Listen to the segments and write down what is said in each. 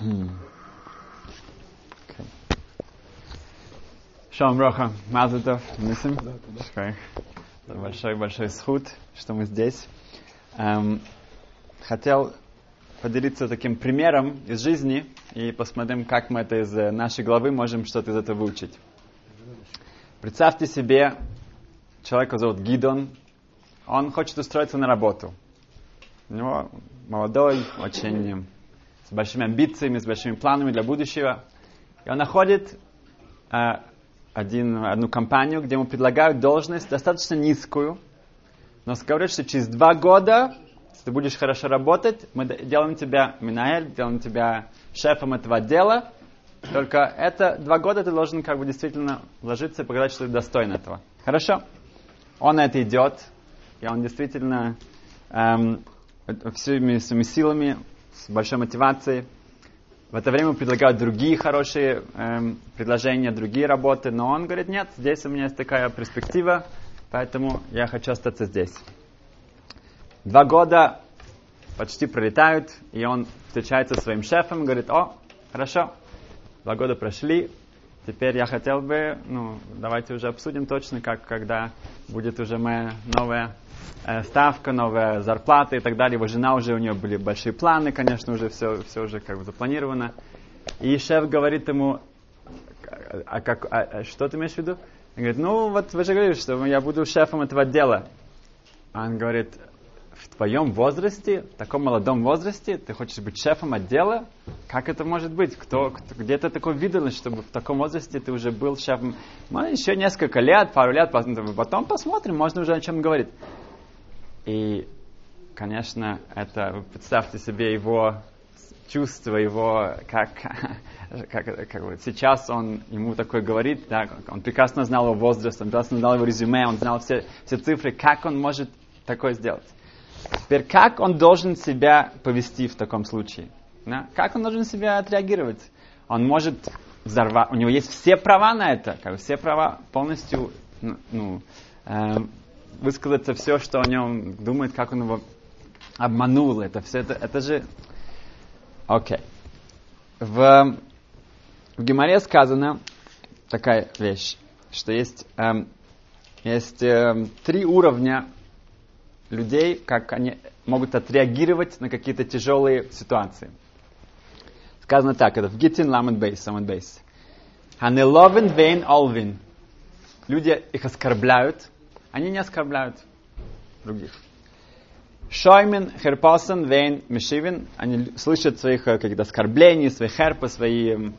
Шалом Роха, Мазаль тов, Нисим. Большой схуд, что мы здесь. Хотел поделиться таким примером из жизни и посмотрим, как мы это из нашей главы можем что-то из этого выучить. Представьте себе, человека зовут Гидон, он хочет устроиться на работу. У него молодой, очень с большими амбициями, с большими планами для будущего. И он находит одну компанию, где ему предлагают должность достаточно низкую, но говорят, что через 2 года, если ты будешь хорошо работать, мы делаем тебя минаэль, делаем тебя шефом этого отдела. Только это 2 года ты должен действительно вложиться и показать, что ты достоин этого. Хорошо. Он на это идет, и он действительно всеми своими силами, с большой мотивацией. В это время предлагают другие хорошие предложения, другие работы, но он говорит, нет, здесь у меня есть такая перспектива, поэтому я хочу остаться здесь. 2 года почти пролетают, и он встречается со своим шефом и говорит, хорошо, 2 года прошли, теперь я хотел бы, давайте уже обсудим точно, когда будет уже моя новая ставка, новая зарплата и так далее. Его жена уже, у нее были большие планы, конечно, уже все уже запланировано. И шеф говорит ему, что ты имеешь в виду? Он говорит, вот вы же говорили, что я буду шефом этого отдела. Он говорит, в твоем возрасте, в таком молодом возрасте, ты хочешь быть шефом отдела? Как это может быть? Где ты такой видел, чтобы в таком возрасте ты уже был шефом? Еще несколько лет, пару лет, потом посмотрим, можно уже о чем говорить. И, конечно, вы представьте себе его чувство, его, как сейчас ему такое говорит, да, он прекрасно знал его возраст, он прекрасно знал его резюме, он знал все цифры, как он может такое сделать. Теперь, как он должен себя повести в таком случае? Да? Как он должен себя отреагировать? Он может взорвать, у него есть все права на это, все права полностью, высказаться все, что о нем думает, как он его обманул. Это же... Окей. В Гемаре сказано такая вещь, что есть 3 уровня людей, как они могут отреагировать на какие-то тяжелые ситуации. Сказано так, это в Гитин Ламед Бейс, Самед Бейс. Ханеловен вейн олвин. Люди их оскорбляют, они не оскорбляют других. Шоймен херпасан вейн мешивин. Они слышат своих каких-то оскорблений, свои херпы, свои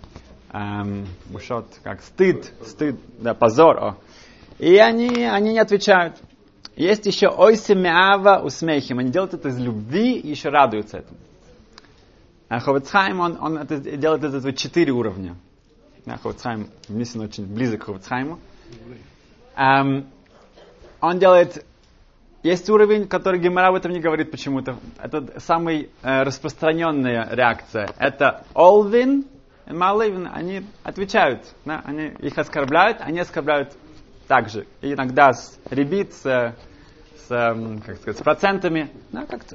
стыд, да, позор. И они не отвечают. Есть еще ойсе меава усмехим. Они делают это из любви и еще радуются этому. Ховец Хаим, он это делает из этого 4 уровня. Ховец Хаим внесен очень близок к Ховец Хайму. Он делает... Есть уровень, который Гемара об этом не говорит почему-то. Это самая распространенная реакция. Это Олвин и Малевин. Они отвечают. Да? Они их оскорбляют, они оскорбляют также. И иногда с ребит, с процентами. Да, как-то,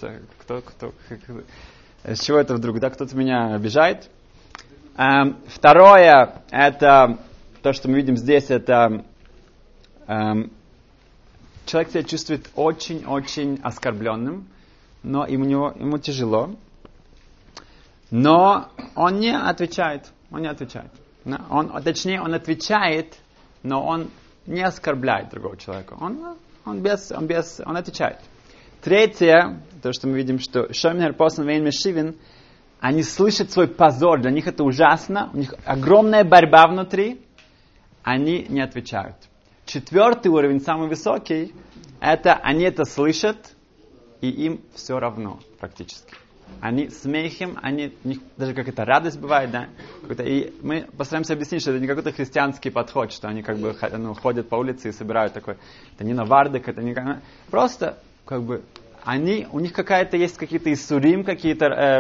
с чего это вдруг? Да, кто-то меня обижает. Второе, это то, что мы видим здесь, это... Человек себя чувствует очень-очень оскорбленным, но ему тяжело. Но он не отвечает. Он отвечает, но он не оскорбляет другого человека. Он отвечает. Третье, то, что мы видим, что Шоймен Посан Вейн Мешивин, они слышат свой позор, для них это ужасно, у них огромная борьба внутри, они не отвечают. 4 уровень, самый высокий, это они это слышат, и им все равно практически. Они смехом, у них даже какая-то радость бывает, да? И мы постараемся объяснить, что это не какой-то христианский подход, что они ходят по улице и собирают такой, это не навардок, это не... Просто, у них есть какие-то иссурим, какие-то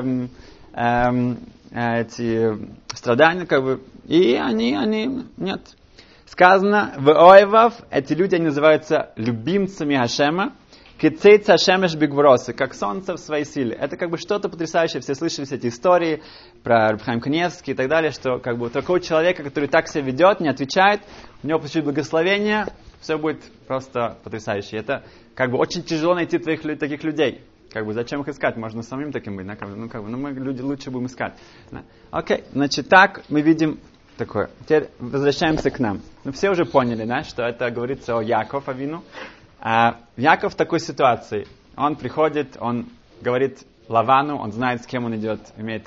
эти страдания, и они нет. Сказано, в Оевав, эти люди, они называются любимцами Хашема, Кицейца шемеш бигвросы, как солнце в своей силе. Это как бы что-то потрясающее. Все слышали все эти истории про Рабби Хаим Каневский и так далее, что как бы такого человека, который так себя ведет, не отвечает, у него получит благословение, все будет просто потрясающе. Это как бы очень тяжело найти таких людей. Как бы зачем их искать? Можно самим таким быть. Мы люди лучше будем искать. Да. Окей, значит, так мы видим такое. Теперь возвращаемся к нам. Все уже поняли, да, что это говорится о Яков Авину. Яков в такой ситуации. Он приходит, он говорит Лавану, он знает, с кем он идет, имеет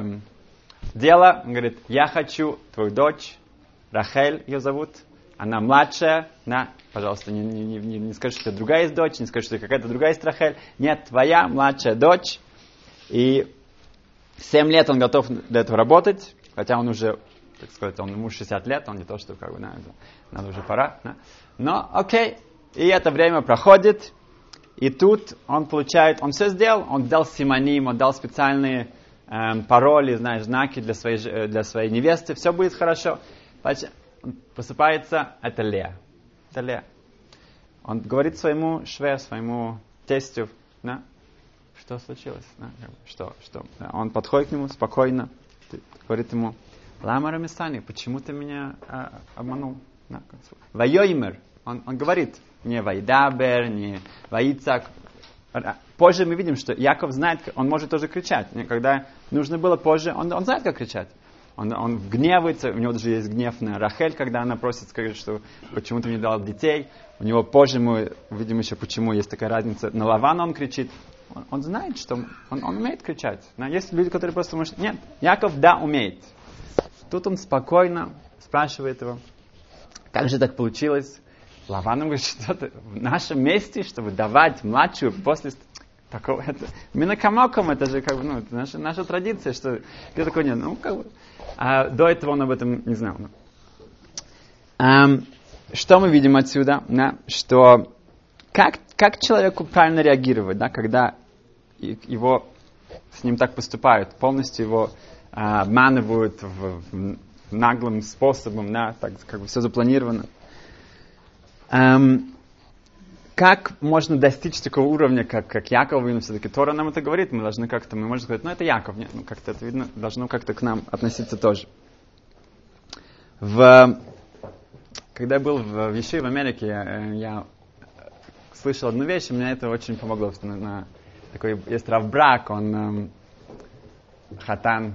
дело. Он говорит, я хочу твою дочь, Рахель ее зовут, она младшая, пожалуйста, не скажи, что это другая есть дочь, не скажи, что это какая-то другая есть Рахель. Нет, твоя младшая дочь. И 7 лет он готов для этого работать, хотя он уже, так сказать, ему 60 лет, он не то, что как бы, надо уже пора. Да? Но окей. И это время проходит, и тут он получает, он все сделал, он дал симоним, он дал специальные пароли, знаки для своей невесты, все будет хорошо. Он просыпается, это Лея. Это Лея. Он говорит своему шве, своему тестю, да, что случилось, да, что. Да, он подходит к нему спокойно, говорит ему, Лама Рамисани, почему ты меня обманул? Да, Вайоймер, он говорит, не Вайдабер, не Ваицак. Позже мы видим, что Яков знает, он может тоже кричать. Когда нужно было позже, он знает, как кричать. Он гневается, у него даже есть гнев на Рахель, когда она просит сказать, что почему ты мне дал детей. У него позже мы видим еще, почему есть такая разница. На Лавана он кричит. Он знает, что он умеет кричать. Но есть люди, которые просто думают, нет, Яков, да, умеет. Тут он спокойно спрашивает его, как же так получилось? Лаван говорит, что в нашем месте, чтобы давать младшую после такого, это минакамоком, это же как бы, это наша традиция, что где такое нет. До этого он об этом не знал. Что мы видим отсюда? Что как человеку правильно реагировать, когда его с ним так поступают, полностью его обманывают наглым способом, так как бы все запланировано. Как можно достичь такого уровня, как Яков, и все-таки Тора нам это говорит, мы должны как-то, мы можем сказать, это Яков, нет, как-то это видно, должно как-то к нам относиться тоже. Когда я был в Ешиве в Америке, я слышал одну вещь, и мне это очень помогло. Такой есть Рав Брак, он хатан,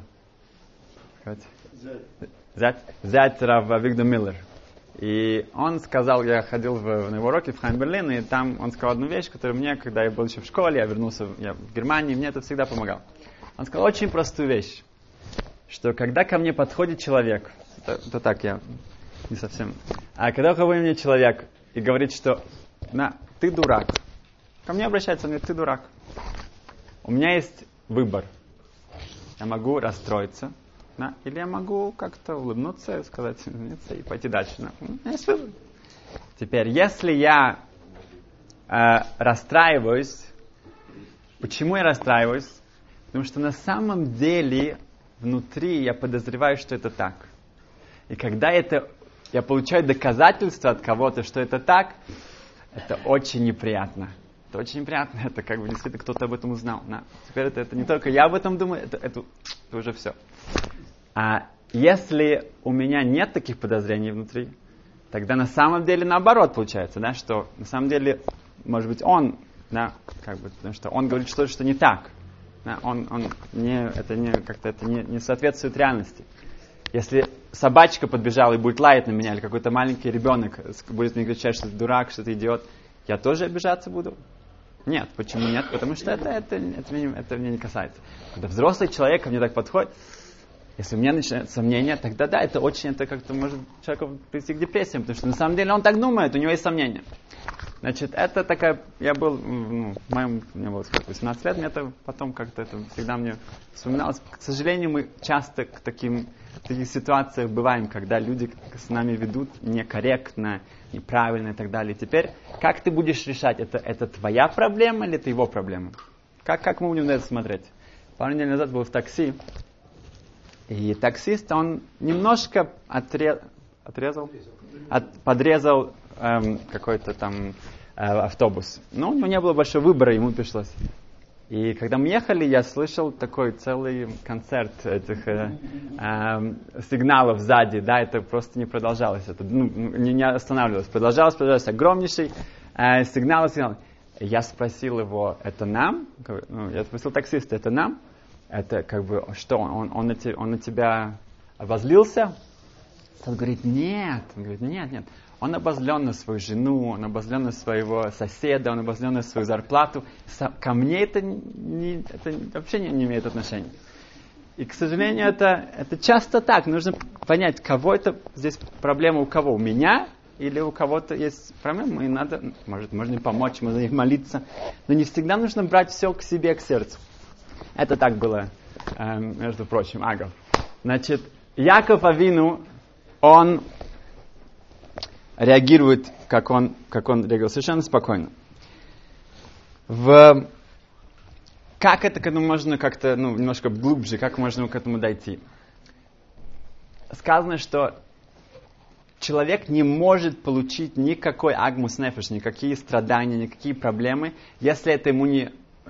зять Рав Авигдор Миллер. И он сказал, я ходил на его уроки в Хайм Берлин, и там он сказал одну вещь, которую мне, когда я был еще в школе, я вернулся в Германию, мне это всегда помогало. Он сказал очень простую вещь, что когда ко мне подходит человек, это так, я не совсем, а когда ко мне человек и говорит, что ты дурак, ко мне обращается, он говорит, ты дурак. У меня есть выбор. Я могу расстроиться, или я могу как-то улыбнуться, сказать и пойти дальше. Есть выбор. Теперь, если я расстраиваюсь, почему я расстраиваюсь? Потому что на самом деле внутри я подозреваю, что это так. И когда я получаю доказательства от кого-то, что это так, это очень неприятно. Это очень неприятно. Это как бы действительно кто-то об этом узнал. Теперь это не только я об этом думаю, это уже все. А если у меня нет таких подозрений внутри, тогда на самом деле наоборот получается, что на самом деле, может быть, он, потому что он говорит что-то, что не так. Это не соответствует реальности. Если собачка подбежала и будет лаять на меня, или какой-то маленький ребенок будет мне кричать, что ты дурак, что ты идиот, я тоже обижаться буду? Нет. Почему нет? Потому что это меня не касается. Когда взрослый человек ко мне так подходит, если у меня начинают сомнения, тогда да, это как-то может человеку привести к депрессиям, потому что на самом деле он так думает, у него есть сомнения. Значит, это такая, мне было 18 лет, мне это потом как-то это всегда мне вспоминалось. К сожалению, мы часто в таких ситуациях бываем, когда люди с нами ведут некорректно, неправильно и так далее. И теперь, как ты будешь решать, это твоя проблема или это его проблема? Как мы будем на это смотреть? Пару недель назад был в такси, и таксист, он немножко подрезал какой-то там автобус. Но у него не было большого выбора, ему пришлось. И когда мы ехали, я слышал такой целый концерт этих сигналов сзади, да, это просто не продолжалось, это не останавливалось, продолжалось, огромнейший сигнал. Я спросил его, это нам? Я спросил таксиста, это нам? Это как бы, что, он на тебя обозлился? Он говорит, нет. Он говорит, нет. Он обозлен на свою жену, он обозлен на своего соседа, он обозлен на свою зарплату. Ко мне это вообще не имеет отношения. И, к сожалению, это часто так. Нужно понять, кого это здесь проблема, у кого? У меня или у кого-то есть проблема, и надо, можно помочь, можно их молиться. Но не всегда нужно брать все к себе, к сердцу. Это так было, между прочим, Агав. Значит, Яков Авину, он реагирует, как он реагировал, совершенно спокойно. Как это к этому можно как-то, немножко глубже, как можно к этому дойти? Сказано, что человек не может получить никакой агмус нефеш, никакие страдания, никакие проблемы, если это ему не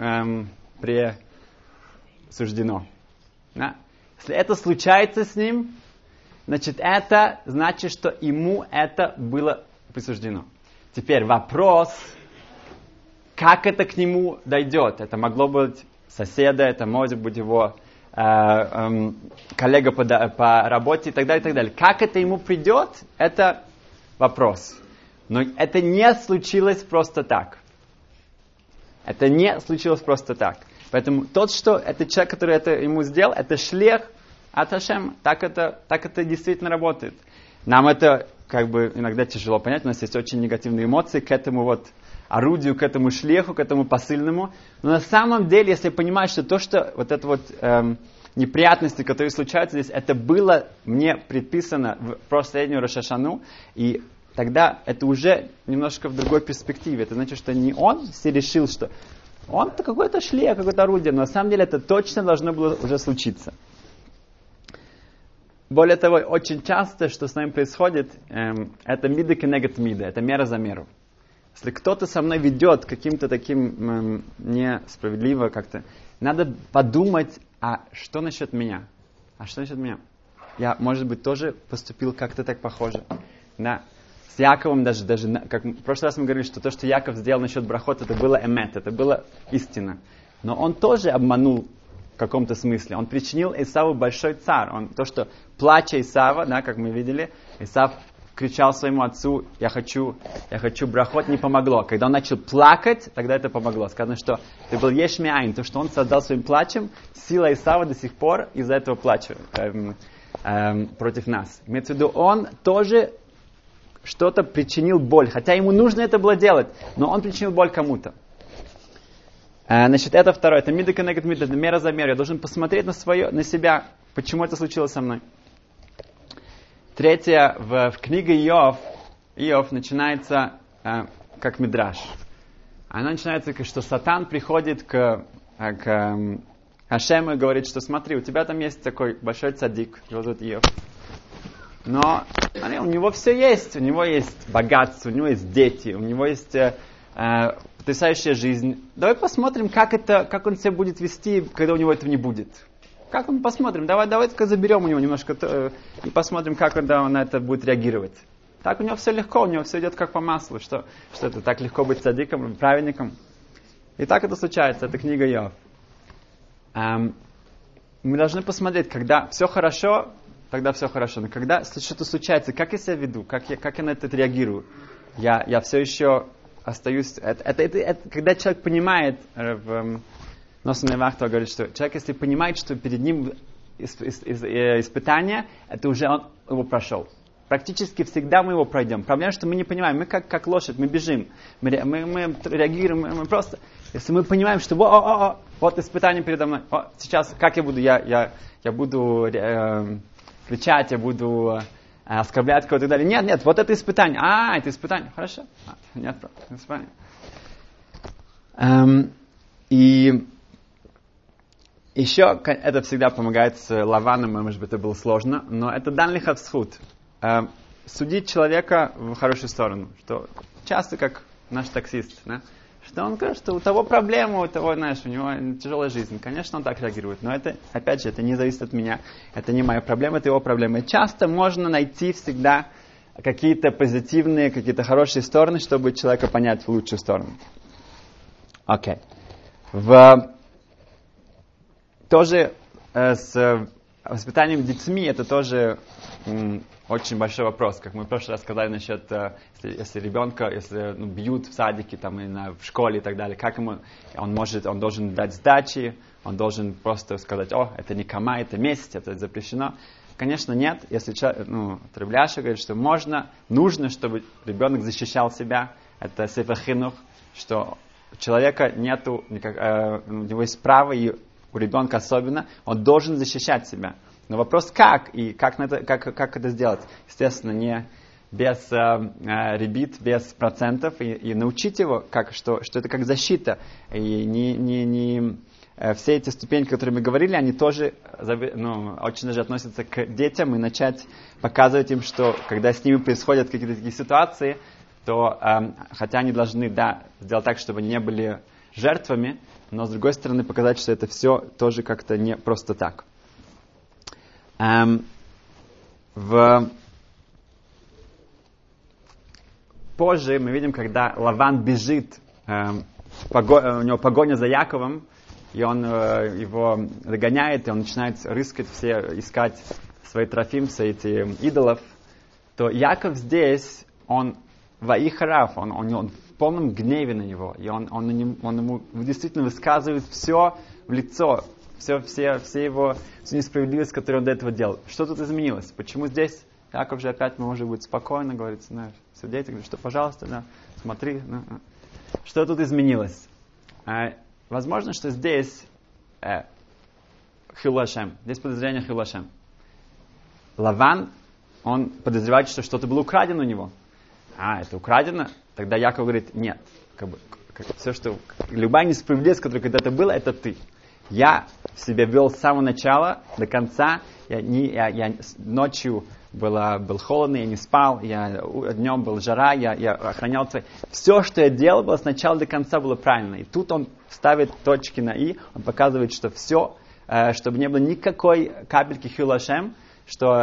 присуждено. Да? Если это случается с ним, значит, это значит, что ему это было присуждено. Теперь вопрос, как это к нему дойдет. Это могло быть соседа, это может быть его коллега по работе и так далее, и так далее. Как это ему придет, это вопрос. Но это не случилось просто так. Это не случилось просто так. Поэтому этот человек, который это ему сделал, это шлех от Хашем. Так это действительно работает. Нам это как бы иногда тяжело понять. У нас есть очень негативные эмоции к этому орудию, к этому шлеху, к этому посыльному. Но на самом деле, если понимаешь, что неприятности, которые случаются здесь, это было мне предписано в последнюю Рош ха-Шану, и тогда это уже немножко в другой перспективе. Это значит, что не он все решил, что он-то какой-то шлех, какое-то орудие, но на самом деле это точно должно было уже случиться. Более того, очень часто, что с нами происходит, это мида кенегет мида, это мера за меру. Если кто-то со мной ведет каким-то таким несправедливо как-то, надо подумать, а что насчет меня? Я, может быть, тоже поступил как-то так похоже. Да. С Яковом даже, как в прошлый раз мы говорили, что то, что Яков сделал насчет брахот, это было эмет, это было истина. Но он тоже обманул в каком-то смысле. Он причинил Исаву большой цар. То, что плача Исава, да, как мы видели, Исав кричал своему отцу, я хочу брахот, не помогло. Когда он начал плакать, тогда это помогло. Сказано, что это был ешмиайн, то, что он создал своим плачем, сила Исава до сих пор из-за этого плача против нас. Имеется в виду, он тоже что-то причинил боль, хотя ему нужно это было делать, но он причинил боль кому-то. Значит, это второе, это мида кенегет мида, это мера за меру. Я должен посмотреть на себя, почему это случилось со мной. Третье, в книге Иов начинается как мидраш. Она начинается, что Сатан приходит к Ашему и говорит, что смотри, у тебя там есть такой большой цадик, его зовут Иов. Но у него все есть. У него есть богатство, у него есть дети, у него есть потрясающая жизнь. Давай посмотрим, как он себя будет вести, когда у него этого не будет. Как он посмотрим? Давай только заберем у него немножко и посмотрим, как он на это будет реагировать. Так у него все легко, у него все идет как по маслу. Что это так легко быть цадиком, праведником? И так это случается, это книга Иов. Мы должны посмотреть, когда все хорошо, тогда все хорошо. Но когда что-то случается, как я себя веду, как я на это реагирую? Я все еще остаюсь... Это когда человек понимает, Носон Вахтова говорит, что человек, если понимает, что перед ним испытание, это уже он его прошел. Практически всегда мы его пройдем. Проблема, что мы не понимаем. Мы как лошадь, мы бежим. Мы реагируем, мы просто... Если мы понимаем, что вот испытание передо мной. Сейчас как я буду? Я буду кричать, я буду оскорблять кого-то и так далее. Нет, вот это испытание. Это испытание. Хорошо. Нет, испытание. И еще это всегда помогает с Лаваном, может быть, это было сложно, но это дан лихавсхут. Судить человека в хорошую сторону. Что часто, как наш таксист, да? Что он говорит, что у того проблема, у того, знаешь, у него тяжелая жизнь. Конечно, он так реагирует, но это, опять же, это не зависит от меня, это не моя проблема, это его проблема. И часто можно найти всегда какие-то позитивные, какие-то хорошие стороны, чтобы человека понять в лучшую сторону. Окей. Тоже с воспитанием детьми это тоже очень большой вопрос. Как мы в прошлый раз сказали насчет, если ребенка, если бьют в садике, там, в школе и так далее, как ему, он должен дать сдачи, он должен просто сказать, это не кама, это месть, это запрещено. Конечно, нет. Если Рав Ляша говорит, что нужно, чтобы ребенок защищал себя, это сефер хинух, что у человека нету, у него есть право, и у ребенка особенно, он должен защищать себя. Но вопрос как, и как это сделать? Естественно, не без ребит, без процентов, и научить его, что это как защита. И не все эти ступеньки, которые мы говорили, они тоже очень даже относятся к детям, и начать показывать им, что когда с ними происходят какие-то такие ситуации, то хотя они должны, сделать так, чтобы не были жертвами, но с другой стороны показать, что это все тоже как-то не просто так. Позже мы видим, когда Лаван бежит, у него погоня за Яковом, и он его догоняет, и он начинает рыскать, искать свои трофим, все эти идолов, то Яков здесь, он ваихарав, он в полном гневе на него, и он ему действительно высказывает все в лицо, всю несправедливость, которую он до этого делал. Что тут изменилось? Почему здесь Яков же опять может быть спокойно, говорит, знаешь, судейте, говорит, что, пожалуйста, смотри. Что тут изменилось? Возможно, что здесь хилу Ашем. Здесь подозрение хилу Ашем. Лаван, он подозревает, что что-то было украдено у него. Это украдено? Тогда Яков говорит, нет. Все, что любая несправедливость, которая когда-то была, это ты. Я себя вел с самого начала до конца. Я ночью был холодно, я не спал, днем был жара, я охранял твои. Все, что я делал, было с начала до конца было правильно. И тут он ставит точки на «и», он показывает, что все, чтобы не было никакой капельки хилу Ашем, что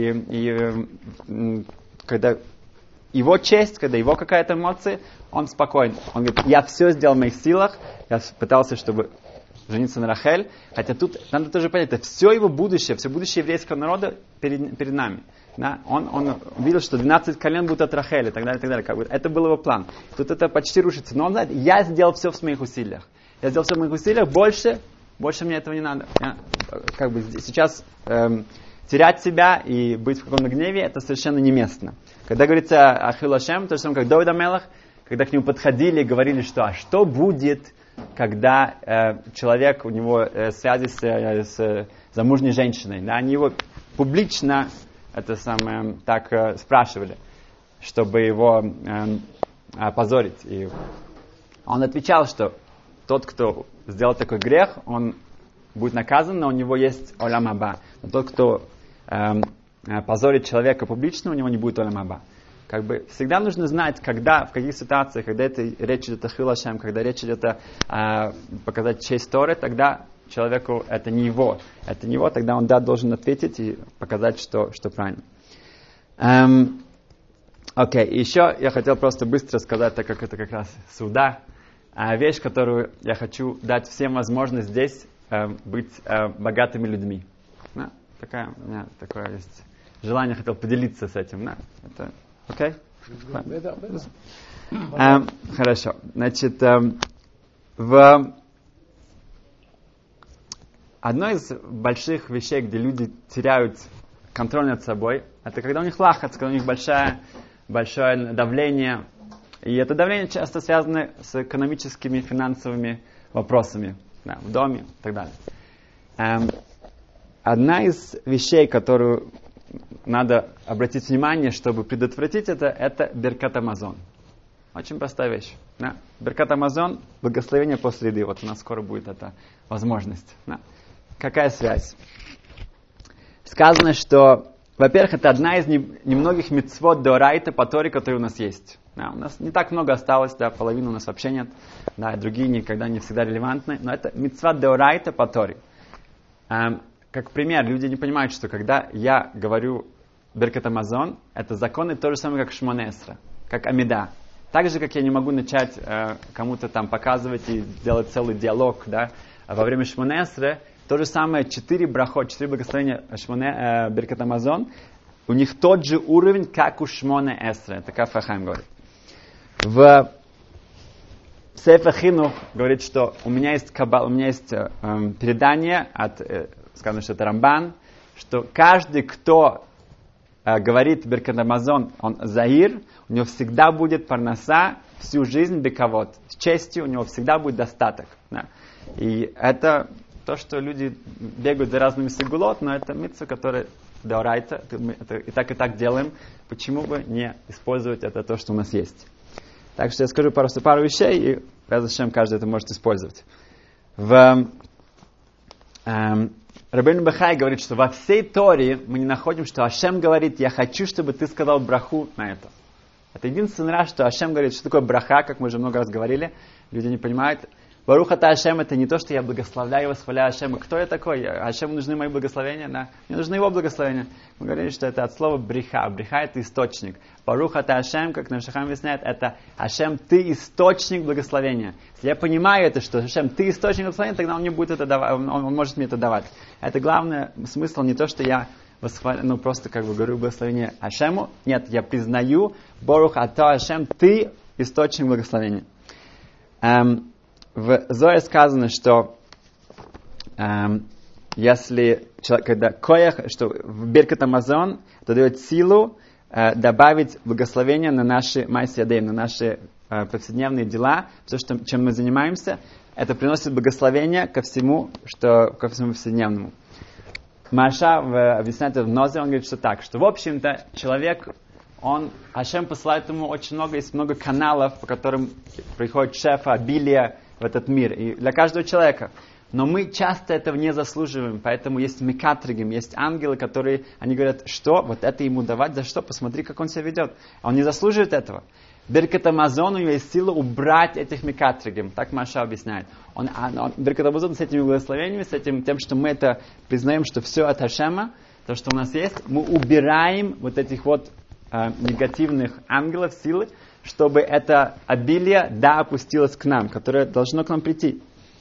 когда его честь, когда его какая-то эмоция, он спокоен. Он говорит, я все сделал в моих силах, я пытался, чтобы жениться на Рахель, хотя тут надо тоже понять, это все его будущее, все будущее еврейского народа перед нами. Да? Он видел, что 12 колен будут от Рахели и так далее, и так далее. Это был его план. Тут это почти рушится. Но он знает, я сделал все в своих усилиях. Я сделал все в моих усилиях, больше мне этого не надо. Сейчас терять себя и быть в каком-то гневе, это совершенно неместно. Когда говорится о хилу Ашем, то же самое, как Давид ха-Мелех, когда к нему подходили и говорили, что будет, когда человек, у него связи с замужней женщиной. Да, они его публично так спрашивали, чтобы его опозорить. И он отвечал, что тот, кто сделал такой грех, он будет наказан, но у него есть олам аба. Но тот, кто позорит человека публично, у него не будет олам аба. Всегда нужно знать, в каких ситуациях, когда речь идет о хилу Ашем, когда речь идет о показать честь Торы, тогда человеку это не его, тогда он должен ответить и показать, что правильно. Еще я хотел просто быстро сказать, так как это как раз суда, вещь, которую я хочу дать всем возможность здесь быть богатыми людьми. У меня такое есть желание, хотел поделиться с этим. Это окей? Хорошо. Значит, одной из больших вещей, где люди теряют контроль над собой, это когда у них лахац, когда у них большое давление. И это давление часто связано с экономическими, финансовыми вопросами в доме и так далее. Одна из вещей, которую надо обратить внимание, чтобы предотвратить это Беркат Амазон. Очень простая вещь. Да? Беркат Амазон, благословение после еды. Вот у нас скоро будет эта возможность. Да? Какая связь? Сказано, что во-первых, это одна из немногих мицвот деорайта по Торе, которые у нас есть. Да, у нас не так много осталось, да, половины у нас вообще нет, да, и другие никогда не всегда релевантны, но это мицва деорайта по Торе. Как пример, люди не понимают, что когда я говорю Беркат Амазон, это законы то же самое, как Шмоне Эсре, как Амида. Так же, как я не могу начать кому-то там показывать и делать целый диалог, да, во время Шмоне Эсре, то же самое 4 брахот, 4 благословения Беркат Амазон, у них тот же уровень, как у Шмоне Эсре. Это Каф ха-Хаим говорит. В Сефер Хинух говорит, что у меня есть передание от, сказано, что это Рамбан, что каждый, кто говорит Беркат Амазон, он заир, у него всегда будет парнаса всю жизнь бековод. С честью у него всегда будет достаток. Да. И это то, что люди бегают за разными сегулот, но это митцва, которая деорайта, мы это и так делаем. Почему бы не использовать это то, что у нас есть? Так что я скажу просто пару вещей, и зачем каждый это может использовать. Рабейну Бахай говорит, что во всей Торе мы не находим, что Ашем говорит, я хочу, чтобы ты сказал браху на это. Это единственный раз, что Ашем говорит, что такое браха, как мы уже много раз говорили, люди не понимают. Барух ата Ашем, это не то, что я благословляю и восхваляю Ашема. Кто я такой? Ашему нужны мои благословения? Да. Мне нужны его благословения. Мы говорили, что это от слова бриха. Бриха это источник. Барух ата Ашем, как наш Хахам объясняет, это Ашем, ты источник благословения. Если я понимаю это, что Ашем, ты источник благословения, тогда он мне будет это давать, он может мне это давать. Это главный смысл, не то, что я восхваляю, просто как бы говорю благословение Ашему. Нет, я признаю, Барух ата Ашем, ты источник благословения. В Зоре сказано, что если человек, когда коях, что в Беркат Амазон, это дает силу добавить благословение на наши майсиадей, на наши повседневные дела, все, что, чем мы занимаемся, это приносит благословение ко всему повседневному. Маша объясняет это в Нозе, он говорит, что так, что в общем-то человек, Ашем посылает ему очень много, есть много каналов, по которым приходит шефа, обилие в этот мир, и для каждого человека. Но мы часто этого не заслуживаем, поэтому есть мекатригим, есть ангелы, которые, они говорят, что, вот это ему давать, за что, посмотри, как он себя ведет. А он не заслуживает этого. Беркат Амазон, у него есть сила убрать этих мекатригим, так Маша объясняет. Беркат Амазон с этими благословениями, с этим, тем, что мы это признаем, что все от Ашема, то, что у нас есть, мы убираем вот этих вот негативных ангелов, силы, чтобы это обилие, опустилось к нам, которое должно к нам прийти.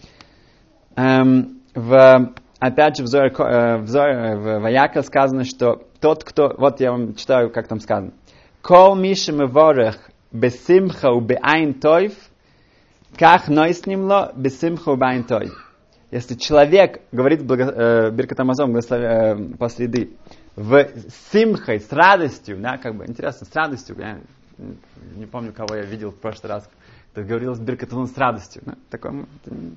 Опять же, в Ваякал сказано, что тот, кто... Вот я вам читаю, как там сказано. Кол миша меворех бесимха у беайн тойв, ках нойснимло бесимха у беайн тойв. Если человек говорит Беркат Амазон после еды в симхой, с радостью, да, как бы интересно, с радостью, я не помню, кого я видел в прошлый раз, кто говорил с Беркат Амазон с радостью. Да, такое,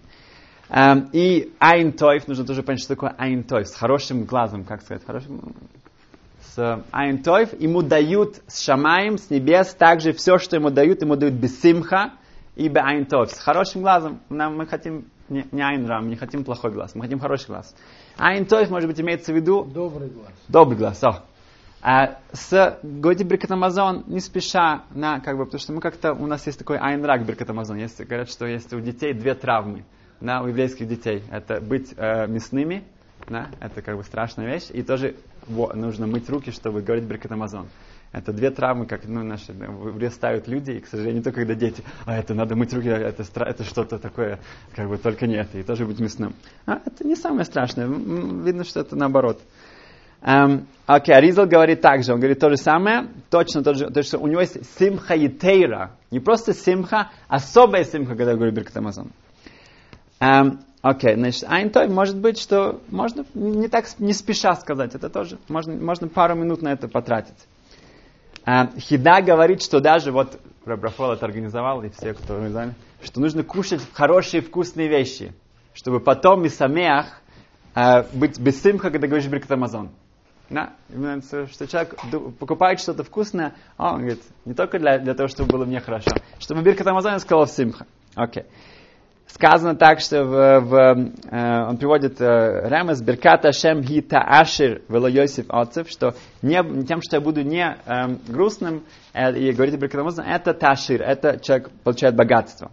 и айн тойв, нужно тоже понять, что такое айн тойв, с хорошим глазом, как сказать, с айн тойв, ему дают с шамаем, с небес, также все, что ему дают бесимха и бе айн тойв, с хорошим глазом. Мы хотим не айн ра, мы не хотим плохой глаз, мы хотим хороший глаз. Айн тойв, может быть, имеется в виду... Добрый глаз. Добрый глаз, говорите Беркат Амазон не спеша, потому что у нас есть такой айн рак Беркат Амазон. Говорят, что есть у детей 2 травмы. У еврейских детей. Это быть мясными, это страшная вещь. И тоже нужно мыть руки, чтобы говорить Беркат Амазон. Это 2 травмы, как наши ставят люди, и, к сожалению, не только когда дети, это надо мыть руки, это что-то такое, только не это, и тоже быть мясным. Это не самое страшное, видно, что это наоборот. Аризал говорит так же, он говорит то же самое, точно то же, что у него есть симха и тейра, не просто симха, особая симха, когда я говорю Беркат Амазон. Значит, айн той, может быть, что можно не спеша сказать, это тоже, можно пару минут на это потратить. Хида говорит, что даже Рабрафол это организовал, и все, кто знали, что нужно кушать хорошие вкусные вещи, чтобы потом и самеах быть без симха, когда говоришь Беркат Амазон. Да? Что человек покупает что-то вкусное, он говорит, не только для того, чтобы было мне хорошо, чтобы Беркат Амазон сказал в симха. Сказано так, что он приводит Ремес, Беркат Ашем ги таашир вело Йосиф отцев, что тем, что я буду не грустным, и говорит Беркат Амазон, это таашир, это человек получает богатство.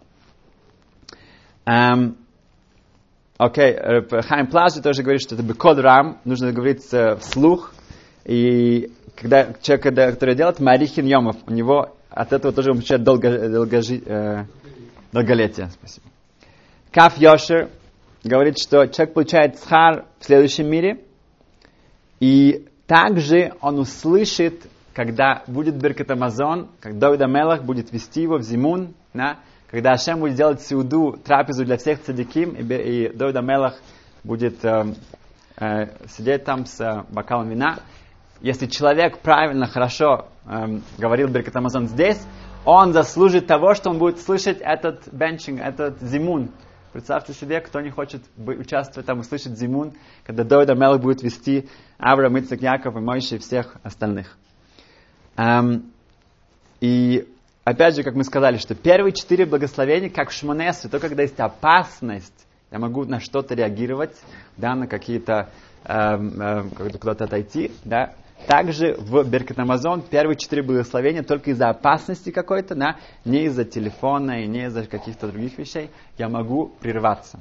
Окей, Хайм Плажи тоже говорит, что это бекод рам, нужно говорить вслух, и когда человек, который делает Марихин Йомов, у него от этого тоже он получает долголетие. Спасибо. Каф Йошер говорит, что человек получает схар в следующем мире, и также он услышит, когда будет Беркат Амазон, как Давид ха-Мелех будет вести его в Зимун, да, когда Ашем будет делать сеуду, трапезу для всех цадиким, и Давид ха-Мелех будет сидеть там с бокалом вина. Если человек правильно, хорошо говорил Беркат Амазон здесь, он заслужит того, что он будет слышать этот бенчинг, этот зимун. Представьте себе, кто не хочет участвовать там, услышать зимун, когда Давид ха-Мелех будет вести Авраам, Ицхак, Яков и Моше и всех остальных. И опять же, как мы сказали, что первые 4 благословения, как в Шмоне Эсре, то когда есть опасность, я могу на что-то реагировать, да, на какие-то, куда-то отойти, да. Также в Беркат Амазон первые 4 благословения только из-за опасности какой-то, да, не из-за телефона и не из-за каких-то других вещей, я могу прерваться.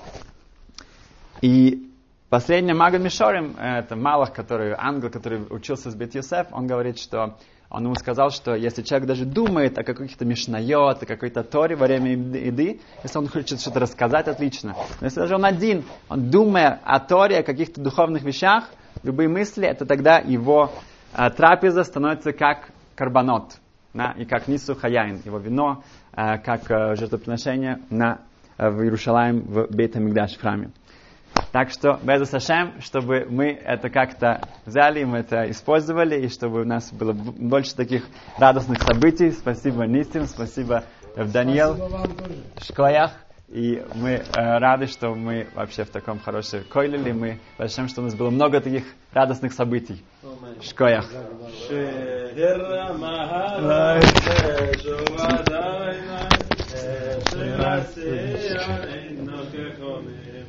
И последний Магад Мишорим, это Малах, ангел, который учился с Бет Йосеф, он говорит, что он ему сказал, что если человек даже думает о каких-то мишнайот, о какой-то торе во время еды, если он хочет что-то рассказать, отлично. Но если даже он один, он думая о торе, о каких-то духовных вещах, любые мысли, это тогда его трапеза становится как карбонот, да, и как нису хаяин, его вино, как жертвоприношение в Иерушалаим, в Бейт-ха-Микдаш, в храме. Так что, Безус Ашем, чтобы мы это как-то взяли, мы это использовали, и чтобы у нас было больше таких радостных событий. Спасибо Нисим, спасибо Даниил, Шклаях. И мы рады, что мы вообще в таком хорошем койлеле. Мы большим, что у нас было много таких радостных событий. Шклаях.